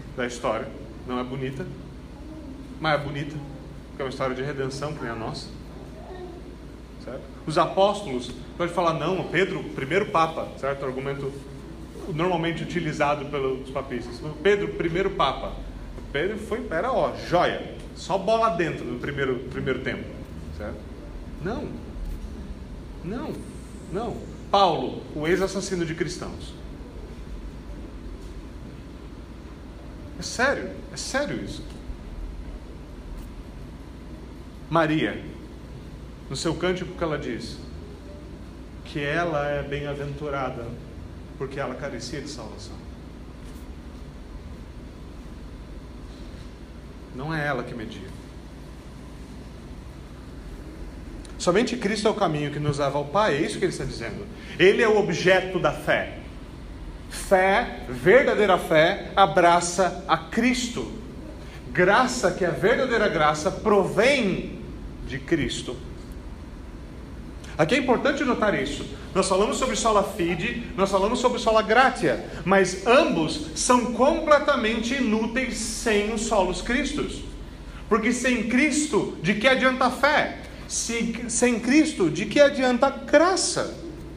da história. Não é bonita, mas é bonita, porque é uma história de redenção, que nem a nossa. Certo? Os apóstolos, pode falar, não, Pedro, primeiro papa, certo? Argumento normalmente utilizado pelos papistas. Pedro, primeiro papa. Pedro foi, era ó, joia, só bola dentro do primeiro, primeiro tempo, certo? Não, não, não. Paulo, o ex-assassino de cristãos. É sério, é sério isso. Maria, no seu cântico que ela diz que ela é bem-aventurada porque ela carecia de salvação. Não é ela que media. Somente Cristo é o caminho que nos leva ao Pai, é isso que ele está dizendo. Ele é o objeto da fé. Fé, verdadeira fé, abraça a Cristo. Graça, que é a verdadeira graça, provém de Cristo. Aqui é importante notar isso. Nós falamos sobre sola fide, nós falamos sobre sola gratia, mas ambos são completamente inúteis sem os solos Cristos. Porque sem Cristo, de que adianta a fé? Se, sem Cristo, de que adianta a graça?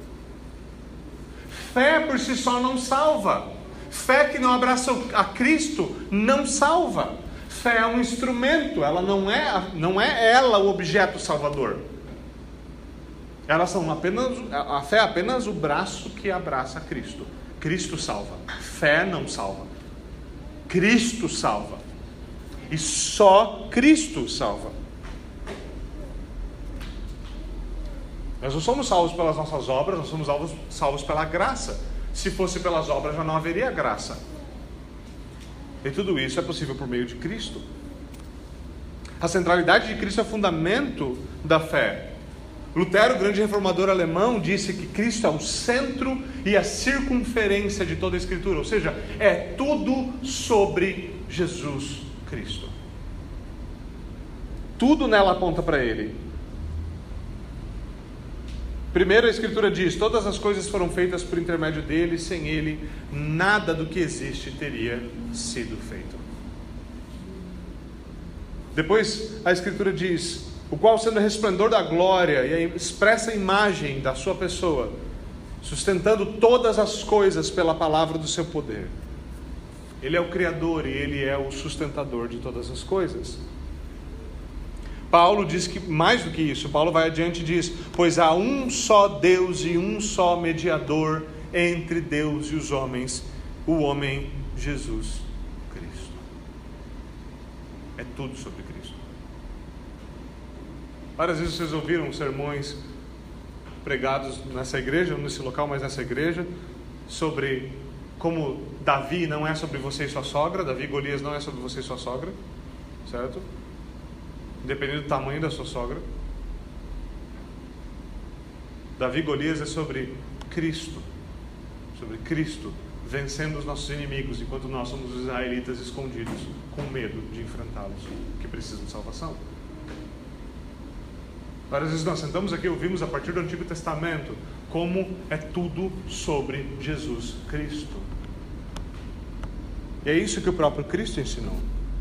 Fé por si só não salva. Fé que não abraça a Cristo não salva. Fé é um instrumento, ela não é, não é ela o objeto salvador. Elas são apenas, a fé é apenas o braço que abraça Cristo. Cristo salva. Fé não salva. Cristo salva. E só Cristo salva. Nós não somos salvos pelas nossas obras, nós somos salvos, salvos pela graça. Se fosse pelas obras, já não haveria graça. E tudo isso é possível por meio de Cristo. A centralidade de Cristo é o fundamento da fé. Lutero, grande reformador alemão, disse que Cristo é o centro e a circunferência de toda a Escritura. Ou seja, é tudo sobre Jesus Cristo. Tudo nela aponta para Ele. Primeiro a Escritura diz, todas as coisas foram feitas por intermédio dele, sem ele, nada do que existe teria sido feito. Depois a Escritura diz, o qual sendo o resplendor da glória e a expressa imagem da sua pessoa, sustentando todas as coisas pela palavra do seu poder. Ele é o Criador e Ele é o sustentador de todas as coisas. Paulo diz que mais do que isso, Paulo vai adiante e diz, pois há um só Deus e um só mediador entre Deus e os homens, o homem Jesus Cristo. É tudo sobre Cristo. Várias vezes vocês ouviram sermões pregados nessa igreja, não nesse local, mas nessa igreja, sobre como Davi não é sobre você e sua sogra, Davi e Golias não é sobre você e sua sogra, certo? Independente do tamanho da sua sogra. Davi e Golias é sobre Cristo, sobre Cristo vencendo os nossos inimigos, enquanto nós somos os israelitas escondidos, com medo de enfrentá-los, que precisam de salvação. Várias vezes nós sentamos aqui e ouvimos a partir do Antigo Testamento como é tudo sobre Jesus Cristo. E é isso que o próprio Cristo ensinou.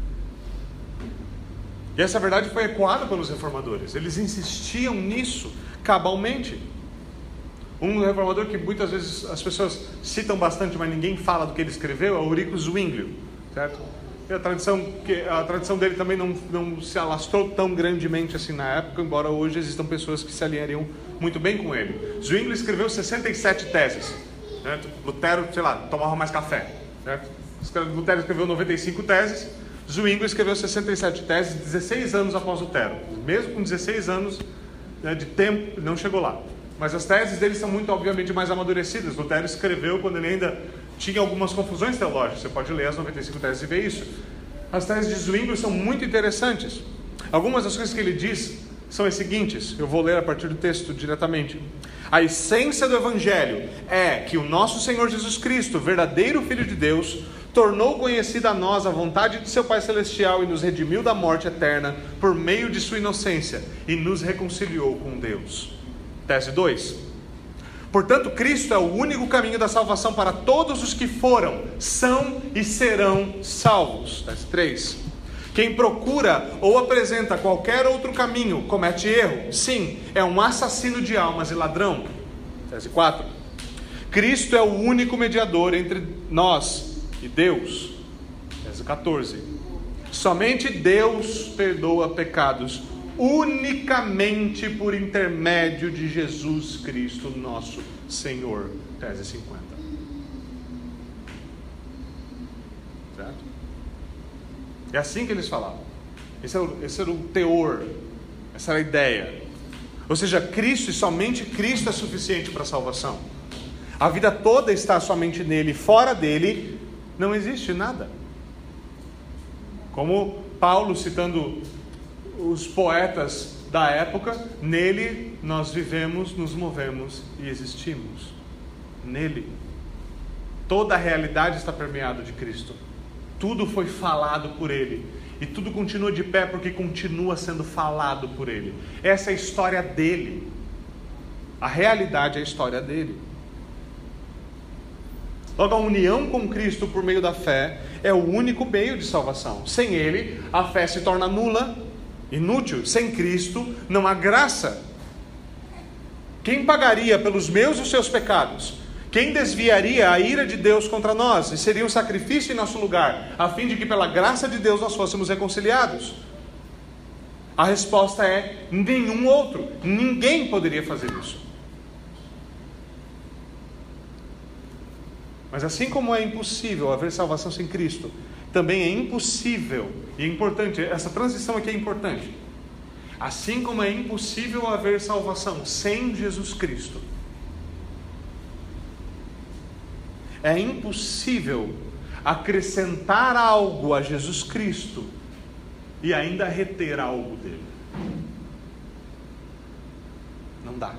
E essa verdade foi ecoada pelos reformadores. Eles insistiam nisso cabalmente. Um reformador que muitas vezes as pessoas citam bastante, mas ninguém fala do que ele escreveu, é o Eurico Zwinglio, certo? E a tradição, a tradição dele também não, não se alastrou tão grandemente assim na época, embora hoje existam pessoas que se alinhariam muito bem com ele. Zwinglio escreveu sessenta e sete teses, certo? Lutero, sei lá, tomava mais café, certo? Lutero escreveu noventa e cinco teses, Zwinglio escreveu sessenta e sete teses, dezesseis anos após Lutero. Mesmo com dezesseis anos, né, de tempo, não chegou lá. Mas as teses dele são muito, obviamente, mais amadurecidas. Lutero escreveu quando ele ainda tinha algumas confusões teológicas. Você pode ler as noventa e cinco teses e ver isso. As teses de Zwinglio são muito interessantes. Algumas das coisas que ele diz são as seguintes. Eu vou ler a partir do texto diretamente. A essência do Evangelho é que o nosso Senhor Jesus Cristo, verdadeiro Filho de Deus, tornou conhecida a nós a vontade de seu Pai Celestial e nos redimiu da morte eterna por meio de sua inocência e nos reconciliou com Deus. Tese dois. Portanto, Cristo é o único caminho da salvação para todos os que foram, são e serão salvos. Verso três. Quem procura ou apresenta qualquer outro caminho comete erro. Sim, é um assassino de almas e ladrão. Verso quatro. Cristo é o único mediador entre nós e Deus. Verso quatorze. Somente Deus perdoa pecados, unicamente por intermédio de Jesus Cristo, nosso Senhor. Verso cinquenta. Certo? É assim que eles falavam. Esse era, o, esse era o teor, essa era a ideia. Ou seja, Cristo e somente Cristo é suficiente para a salvação. A vida toda está somente nele, fora dele não existe nada. Como Paulo, citando os poetas da época, nele nós vivemos, nos movemos e existimos. Nele. Toda a realidade está permeada de Cristo. Tudo foi falado por Ele. E tudo continua de pé porque continua sendo falado por Ele. Essa é a história dele. A realidade é a história dele. Logo, a união com Cristo por meio da fé é o único meio de salvação. Sem Ele, a fé se torna nula, inútil. Sem Cristo, não há graça. Quem pagaria pelos meus e os seus pecados? Quem desviaria a ira de Deus contra nós? E seria um sacrifício em nosso lugar, a fim de que pela graça de Deus nós fôssemos reconciliados? A resposta é: nenhum outro. Ninguém poderia fazer isso. Mas assim como é impossível haver salvação sem Cristo, também é impossível, e é importante, essa transição aqui é importante. Assim como é impossível haver salvação sem Jesus Cristo, é impossível acrescentar algo a Jesus Cristo e ainda reter algo dele. Não dá.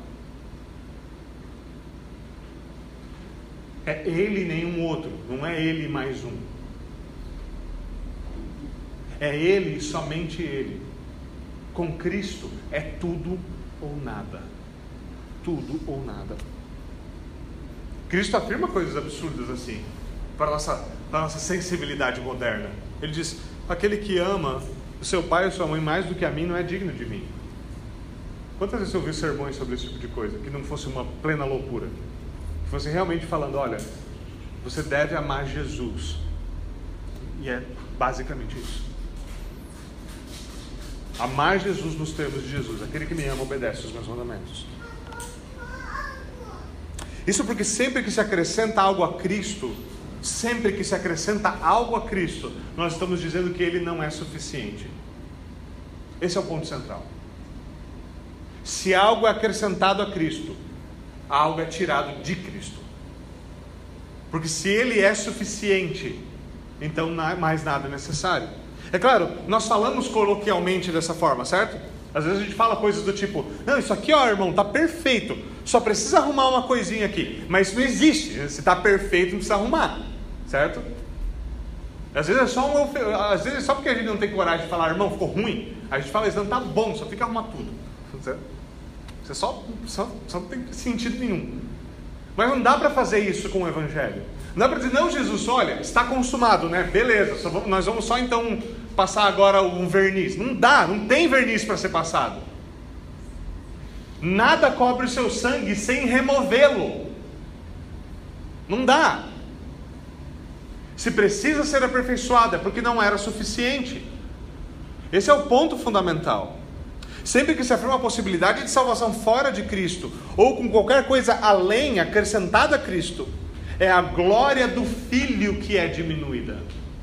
É Ele e nenhum outro, não é Ele mais um. É Ele e somente Ele. Com Cristo é tudo ou nada. Tudo ou nada. Cristo afirma coisas absurdas assim, para a nossa, para a nossa sensibilidade moderna. Ele diz: aquele que ama o seu pai ou sua mãe mais do que a mim não é digno de mim. Quantas vezes você ouviu sermões sobre esse tipo de coisa, que não fosse uma plena loucura? Que fosse realmente falando: olha, você deve amar Jesus. E é basicamente isso. Amar Jesus nos termos de Jesus. Aquele que me ama obedece os meus mandamentos. Isso porque sempre que se acrescenta algo a Cristo, sempre que se acrescenta algo a Cristo, nós estamos dizendo que Ele não é suficiente. Esse é o ponto central. Se algo é acrescentado a Cristo, algo é tirado de Cristo. Porque se Ele é suficiente, então mais nada é necessário. É claro, nós falamos coloquialmente dessa forma, certo? Às vezes a gente fala coisas do tipo: não, isso aqui, ó, irmão, tá perfeito, só precisa arrumar uma coisinha aqui. Mas isso não existe. Se tá perfeito, não precisa arrumar, certo? Às vezes é só um, às vezes é só porque a gente não tem coragem de falar: irmão, ficou ruim. A gente fala: isso não tá bom, só fica arrumar tudo, certo? Você só, só, só não tem sentido nenhum. Mas não dá para fazer isso com o Evangelho. Não dá para dizer: não, Jesus, olha, está consumado, né? Beleza, só vamos, nós vamos só então passar agora um verniz. Não dá, não tem verniz para ser passado. Nada cobre o seu sangue sem removê-lo. Não dá. Se precisa ser aperfeiçoado, é porque não era suficiente. Esse é o ponto fundamental. Sempre que se afirma a possibilidade de salvação fora de Cristo, ou com qualquer coisa além, acrescentada a Cristo, é a glória do Filho que é diminuída.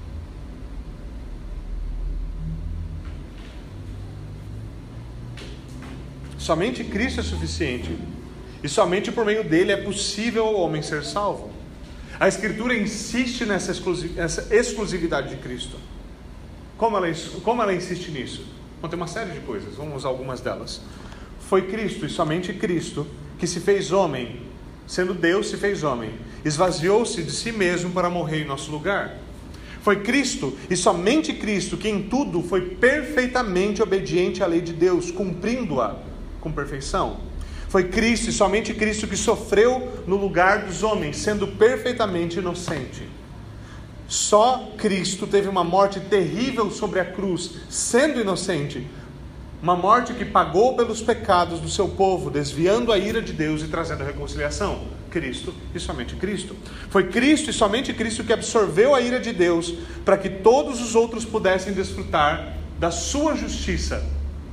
Somente Cristo é suficiente, e somente por meio dele é possível ao homem ser salvo. A Escritura insiste nessa exclusividade de Cristo. Como ela, como ela insiste nisso? Bom, tem uma série de coisas, vamos usar algumas delas. Foi Cristo, e somente Cristo, que se fez homem, sendo Deus se fez homem, esvaziou-se de si mesmo para morrer em nosso lugar. Foi Cristo, e somente Cristo, que em tudo foi perfeitamente obediente à lei de Deus, cumprindo-a com perfeição. Foi Cristo e somente Cristo que sofreu no lugar dos homens, sendo perfeitamente inocente. Só Cristo teve uma morte terrível sobre a cruz, sendo inocente. Uma morte que pagou pelos pecados do seu povo, desviando a ira de Deus e trazendo a reconciliação. Cristo e somente Cristo. Foi Cristo e somente Cristo que absorveu a ira de Deus, para que todos os outros pudessem desfrutar da sua justiça.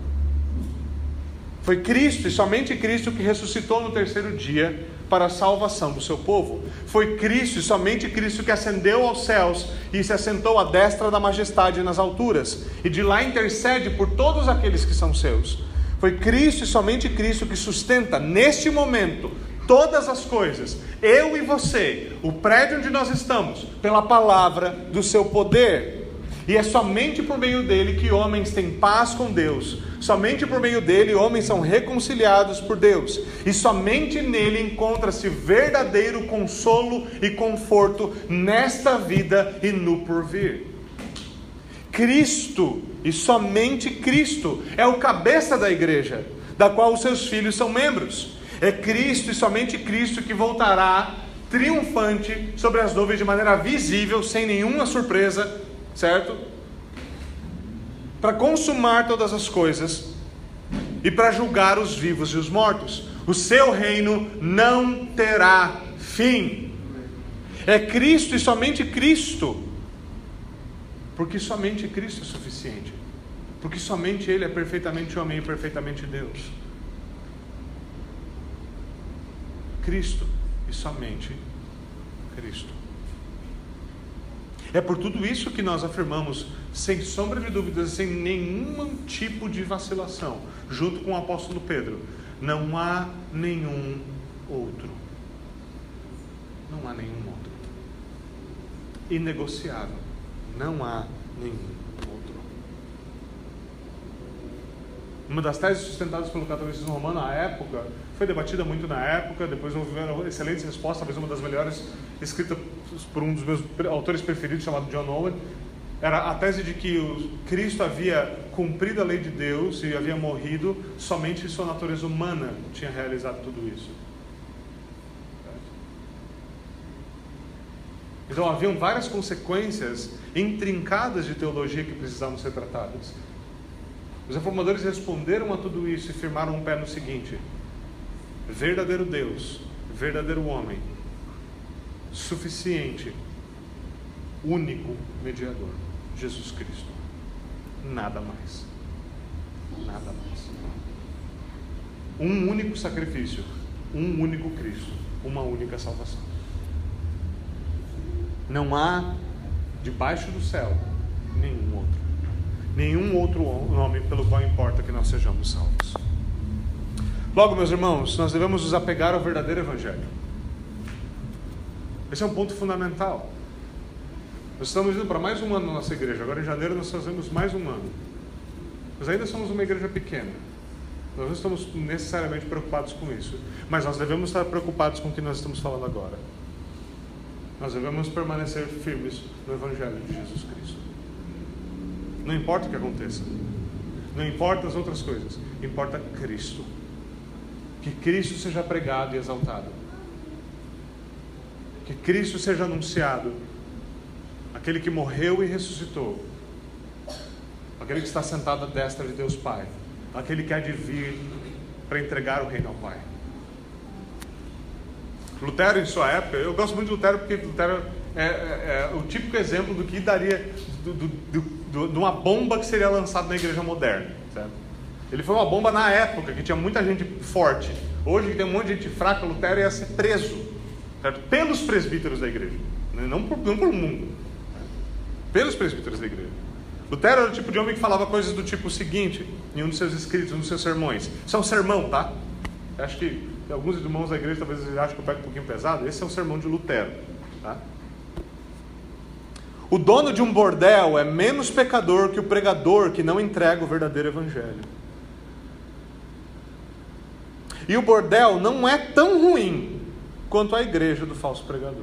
Foi Cristo e somente Cristo que ressuscitou no terceiro dia para a salvação do seu povo. Foi Cristo e somente Cristo que ascendeu aos céus e se assentou à destra da majestade nas alturas, e de lá intercede por todos aqueles que são seus. Foi Cristo e somente Cristo que sustenta neste momento todas as coisas, eu e você, o prédio onde nós estamos, pela palavra do seu poder. E é somente por meio dele que homens têm paz com Deus. Somente por meio dele homens são reconciliados por Deus. E somente nele encontra-se verdadeiro consolo e conforto nesta vida e no porvir. Cristo, e somente Cristo, é o cabeça da igreja, da qual os seus filhos são membros. É Cristo e somente Cristo que voltará triunfante sobre as nuvens de maneira visível, sem nenhuma surpresa, certo? Para consumar todas as coisas e para julgar os vivos e os mortos. O seu reino não terá fim. É Cristo e somente Cristo, porque somente Cristo é suficiente, porque somente Ele é perfeitamente homem e perfeitamente Deus. Cristo e somente Cristo. É por tudo isso que nós afirmamos, sem sombra de dúvidas, sem nenhum tipo de vacilação, junto com o apóstolo Pedro: não há nenhum outro. Não há nenhum outro. Inegociável. Não há nenhum outro. Uma das teses sustentadas pelo catolicismo romano à época, foi debatida muito na época, depois houveram excelentes respostas, talvez uma das melhores, escrita por um dos meus autores preferidos, chamado John Owen, era a tese de que o Cristo havia cumprido a lei de Deus e havia morrido, somente sua natureza humana tinha realizado tudo isso. Então haviam várias consequências intrincadas de teologia que precisavam ser tratadas. Os reformadores responderam a tudo isso e firmaram um pé no seguinte: verdadeiro Deus, verdadeiro homem, suficiente, único mediador, Jesus Cristo. Nada mais. Nada mais. Um único sacrifício, um único Cristo, uma única salvação. Não há debaixo do céu nenhum outro. Nenhum outro nome pelo qual importa que nós sejamos salvos. Logo, meus irmãos, nós devemos nos apegar ao verdadeiro Evangelho. Esse é um ponto fundamental. Nós estamos indo para mais um ano na nossa igreja. Agora em janeiro nós fazemos mais um ano. Nós ainda somos uma igreja pequena. Nós não estamos necessariamente preocupados com isso. Mas nós devemos estar preocupados com o que nós estamos falando agora. Nós devemos permanecer firmes no Evangelho de Jesus Cristo. Não importa o que aconteça. Não importa as outras coisas. Importa Cristo. Que Cristo seja pregado e exaltado. Que Cristo seja anunciado. Aquele que morreu e ressuscitou. Aquele que está sentado à destra de Deus Pai. Aquele que há de vir para entregar o reino ao Pai. Lutero, em sua época, eu gosto muito de Lutero porque Lutero é, é, é o típico exemplo do que daria, do, do, do, do, de uma bomba que seria lançada na igreja moderna, certo? Ele foi uma bomba na época, que tinha muita gente forte. Hoje, que tem um monte de gente fraca, Lutero ia ser preso, certo? Pelos presbíteros da igreja, não por, não por mundo, certo? Pelos presbíteros da igreja. Lutero era o tipo de homem que falava coisas do tipo seguinte, em um dos seus escritos, um dos seus sermões. Isso é um sermão, tá? Eu acho que alguns irmãos da igreja talvez achem que eu pego um pouquinho pesado. Esse é o sermão de Lutero, tá? O dono de um bordel é menos pecador que o pregador que não entrega o verdadeiro evangelho. E o bordel não é tão ruim quanto a igreja do falso pregador.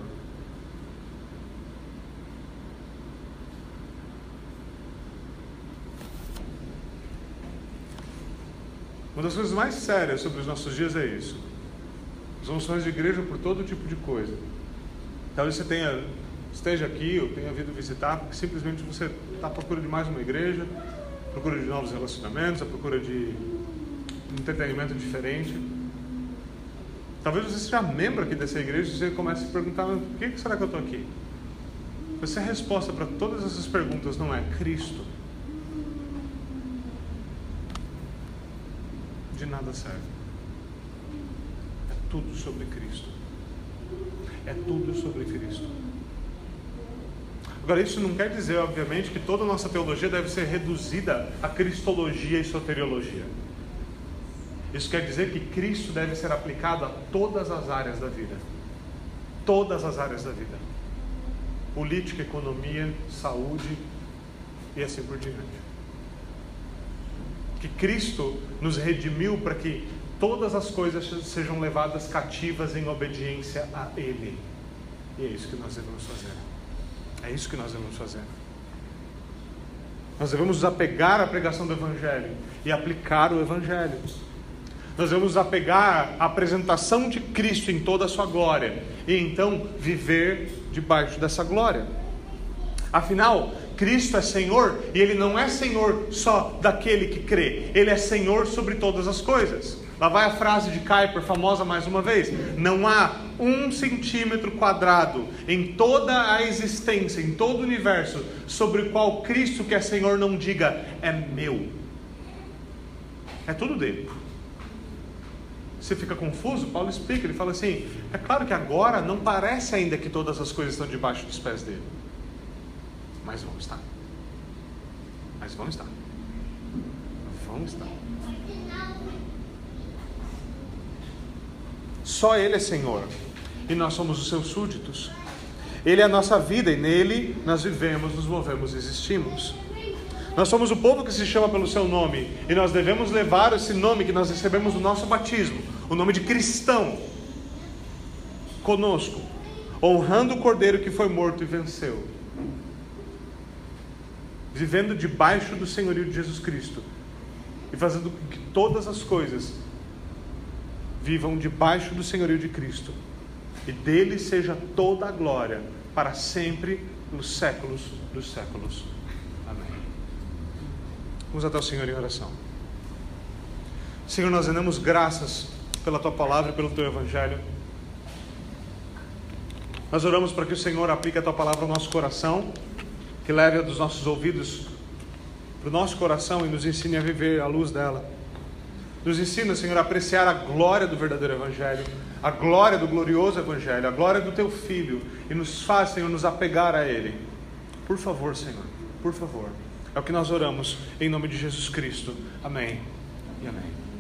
Uma das coisas mais sérias sobre os nossos dias é isso. Nós vamos sonhos de igreja por todo tipo de coisa. Talvez você tenha, esteja aqui ou tenha vindo visitar porque simplesmente você está à procura de mais uma igreja, à procura de novos relacionamentos, à procura de um entretenimento diferente. Talvez você seja membro aqui dessa igreja e você comece a se perguntar: por que será que eu estou aqui? Se a resposta para todas essas perguntas não é Cristo, de nada serve. É tudo sobre Cristo. É tudo sobre Cristo. Agora, isso não quer dizer, obviamente, que toda a nossa teologia deve ser reduzida a cristologia e soteriologia. Isso quer dizer que Cristo deve ser aplicado a todas as áreas da vida. Todas as áreas da vida. Política, economia, saúde e assim por diante. Que Cristo nos redimiu para que todas as coisas sejam levadas cativas em obediência a Ele. E é isso que nós devemos fazer. É isso que nós devemos fazer. Nós devemos nos apegar à pregação do Evangelho e aplicar o Evangelho. Nós devemos nos apegar à apresentação de Cristo em toda a sua glória e então viver debaixo dessa glória. Afinal, Cristo é Senhor e Ele não é Senhor só daquele que crê. Ele é Senhor sobre todas as coisas. Lá vai a frase de Kuyper, famosa mais uma vez: não há um centímetro quadrado em toda a existência, em todo o universo, sobre o qual Cristo, que é Senhor, não diga: é meu. É tudo dele. Você fica confuso? Paulo explica, ele fala assim: é claro que agora não parece ainda que todas as coisas estão debaixo dos pés dele, mas vão estar. Mas vão estar. Vão estar. Só Ele é Senhor e nós somos os seus súditos. Ele é a nossa vida e nele nós vivemos, nos movemos e existimos. Nós somos o povo que se chama pelo seu nome e nós devemos levar esse nome que nós recebemos no nosso batismo, o nome de cristão, conosco, honrando o Cordeiro que foi morto e venceu, vivendo debaixo do senhorio de Jesus Cristo e fazendo com que todas as coisas vivam debaixo do senhorio de Cristo e dele seja toda a glória para sempre, nos séculos dos séculos. Amém. Vamos até o Senhor em oração. Senhor, nós rendemos graças pela Tua Palavra e pelo Teu Evangelho. Nós oramos para que o Senhor aplique a Tua Palavra ao nosso coração, que leve a dos nossos ouvidos para o nosso coração e nos ensine a viver à luz dela. Nos ensina, Senhor, a apreciar a glória do verdadeiro Evangelho, a glória do glorioso Evangelho, a glória do Teu Filho, e nos faz, Senhor, nos apegar a Ele. Por favor, Senhor, por favor. É o que nós oramos em nome de Jesus Cristo. Amém e amém.